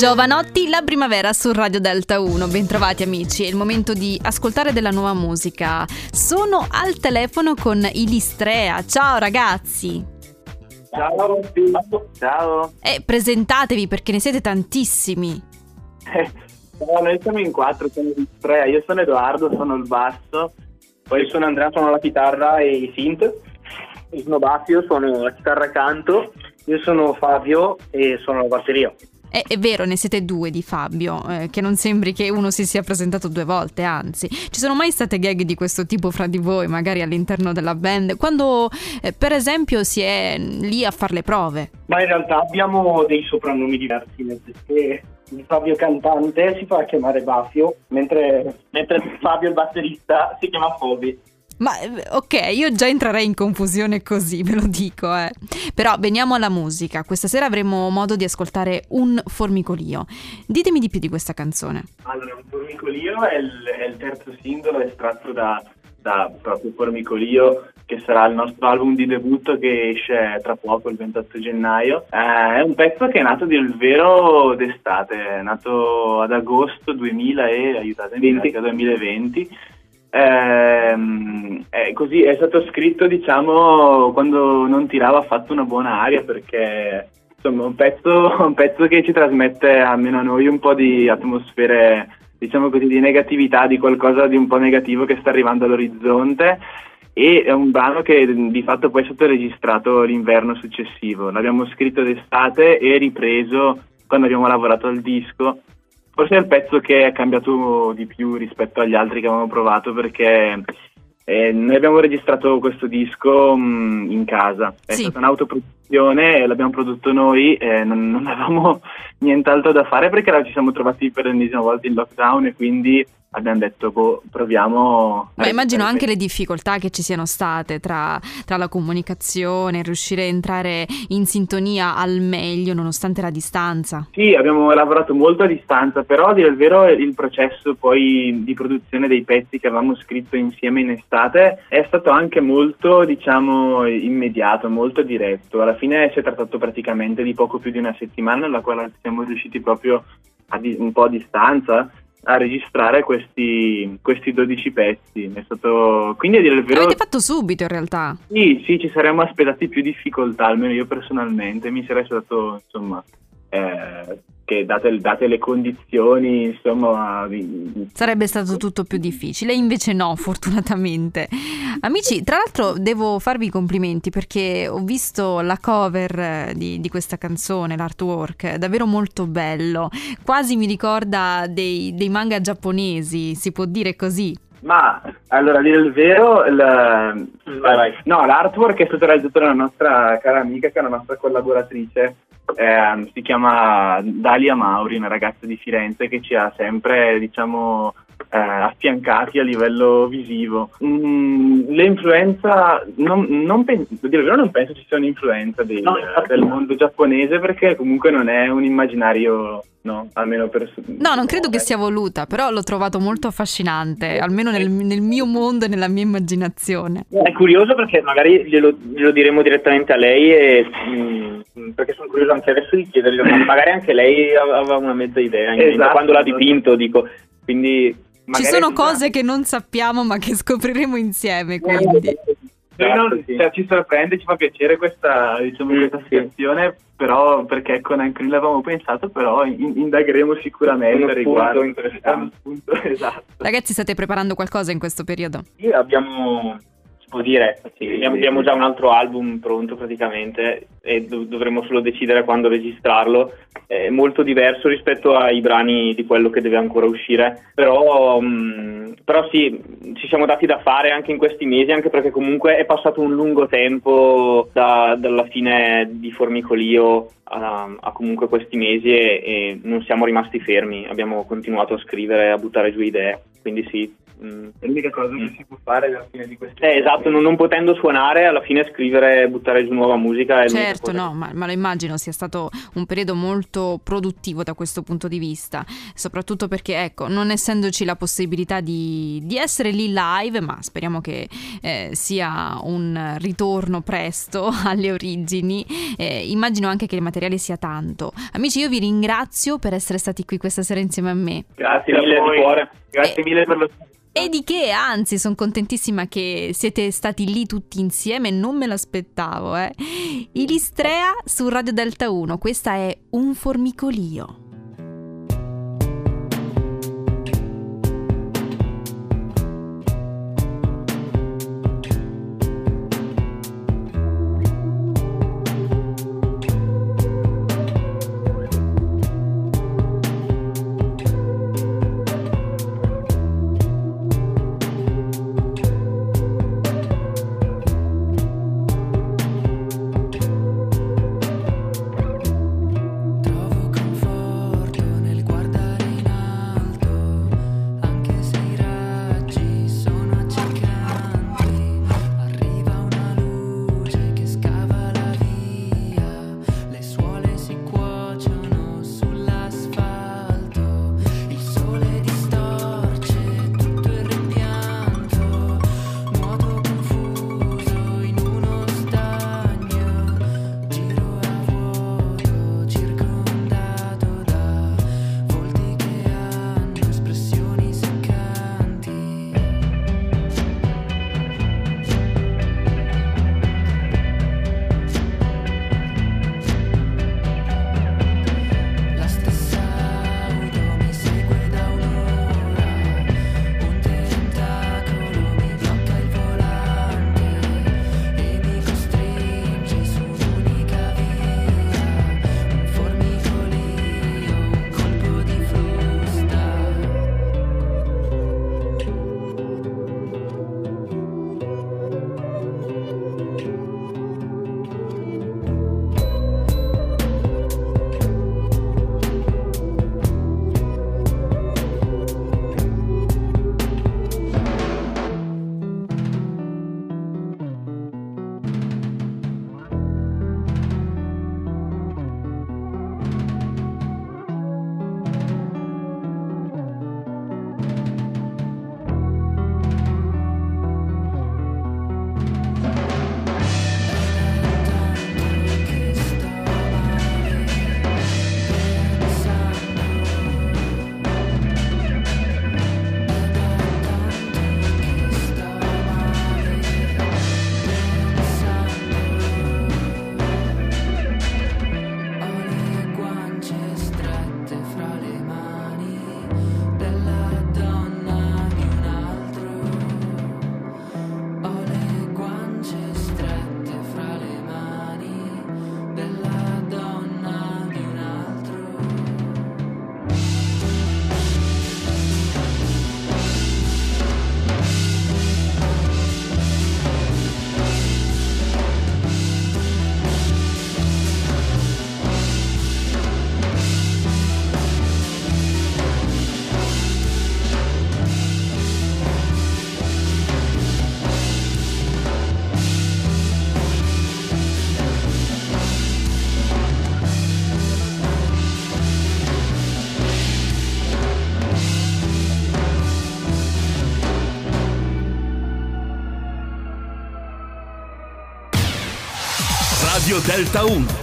Giovanotti, La primavera su Radio Delta 1. Bentrovati amici, è il momento di ascoltare della nuova musica. Sono al telefono con i Listrea. Ciao ragazzi. Ciao. Ciao. Presentatevi perché ne siete tantissimi. Noi siamo in 4, siamo in 3. Io sono Edoardo, sono il basso. Poi sono Andrea, sono la chitarra e i synth. Io sono Baffio, sono la chitarra e canto. Io sono Fabio e sono la batteria. È vero, ne siete due di Fabio, che non sembri che uno si sia presentato due volte, anzi. Ci sono mai state gag di questo tipo fra di voi, magari all'interno della band, quando per esempio si è lì a fare le prove? Ma in realtà abbiamo dei soprannomi diversi, nel senso che il Fabio cantante si fa chiamare Baffio, mentre Fabio il batterista si chiama Fobi. Ma ok, io già entrerei in confusione così, ve lo dico, Però veniamo alla musica. Questa sera avremo modo di ascoltare Un formicolio. Ditemi di più di questa canzone. Allora, Un formicolio è il terzo singolo estratto da proprio Formicolio, che sarà il nostro album di debutto che esce tra poco, il 28 gennaio. È un pezzo che è nato del vero d'estate, è nato ad agosto 2020. Così è stato scritto, diciamo, quando non tirava affatto una buona aria, perché insomma un pezzo che ci trasmette, almeno a noi, un po' di atmosfere, diciamo così, di negatività, di qualcosa di un po' negativo che sta arrivando all'orizzonte, e è un brano che di fatto poi è stato registrato l'inverno successivo. L'abbiamo scritto d'estate e ripreso quando abbiamo lavorato al disco. Forse è il pezzo che è cambiato di più rispetto agli altri che avevamo provato, perché noi abbiamo registrato questo disco in casa. È stata un'autoproduzione, l'abbiamo prodotto noi, non avevamo nient'altro da fare perché ci siamo trovati per l'ennesima volta in lockdown, e quindi abbiamo detto proviamo. Ma immagino anche le difficoltà che ci siano state tra la comunicazione, riuscire a entrare in sintonia al meglio nonostante la distanza. Sì, abbiamo lavorato molto a distanza, però a dire il vero il processo poi di produzione dei pezzi che avevamo scritto insieme in estate è stato anche molto, diciamo, immediato, molto diretto. Alla fine si è trattato praticamente di poco più di una settimana, nella quale siamo riusciti proprio un po' a distanza a registrare questi 12 pezzi. È stato, quindi, a dire il vero, l'avete fatto subito in realtà? Sì, ci saremmo aspettati più difficoltà, almeno io personalmente mi sarei aspettato, insomma, che date le condizioni, insomma, sarebbe stato tutto più difficile, invece no, fortunatamente. Amici, tra l'altro devo farvi i complimenti perché ho visto la cover di questa canzone, l'artwork, è davvero molto bello, quasi mi ricorda dei manga giapponesi, si può dire così? Ma allora, a dire il vero, no, l'artwork è stato realizzato dalla nostra cara amica, che è una nostra collaboratrice, si chiama Dalia Mauri, una ragazza di Firenze che ci ha sempre, diciamo, affiancati a livello visivo. L'influenza, non penso ci sia un'influenza del mondo giapponese, perché comunque non è un immaginario, no, almeno no, non credo che sia voluta, però l'ho trovato molto affascinante, almeno nel mio mondo e nella mia immaginazione. È curioso perché magari glielo diremo direttamente a lei, perché sono curioso anche adesso di chiederglielo, ma magari anche lei aveva una mezza idea, esatto, quando l'ha dipinto, dico, quindi ci sono cose che non sappiamo ma che scopriremo insieme, quindi ci sorprende, ci fa piacere questa, diciamo, questa situazione, però perché anche noi l'avevamo pensato, però indagheremo sicuramente riguardo. Esatto. Ragazzi, state preparando qualcosa in questo periodo? Sì, abbiamo già un altro album pronto praticamente, e dovremo solo decidere quando registrarlo. È molto diverso rispetto ai brani di quello che deve ancora uscire, però sì, ci siamo dati da fare anche in questi mesi, anche perché comunque è passato un lungo tempo dalla fine di Formicolio a comunque questi mesi, e non siamo rimasti fermi, abbiamo continuato a scrivere, a buttare giù idee, quindi sì, È l'unica cosa che si può fare alla fine di questo. Esatto, non potendo suonare, alla fine scrivere, buttare giù nuova musica è certo, no, ma lo immagino sia stato un periodo molto produttivo da questo punto di vista, soprattutto perché, ecco, non essendoci la possibilità di essere lì live, ma speriamo che sia un ritorno presto alle origini, immagino anche che il materiale sia tanto. Amici, io vi ringrazio per essere stati qui questa sera insieme a me. Grazie mille di cuore. Grazie mille per lo e di che, anzi, sono contentissima che siete stati lì tutti insieme, non me l'aspettavo. Ilistrea su Radio Delta 1, questa è Un formicolio. Radio Delta 1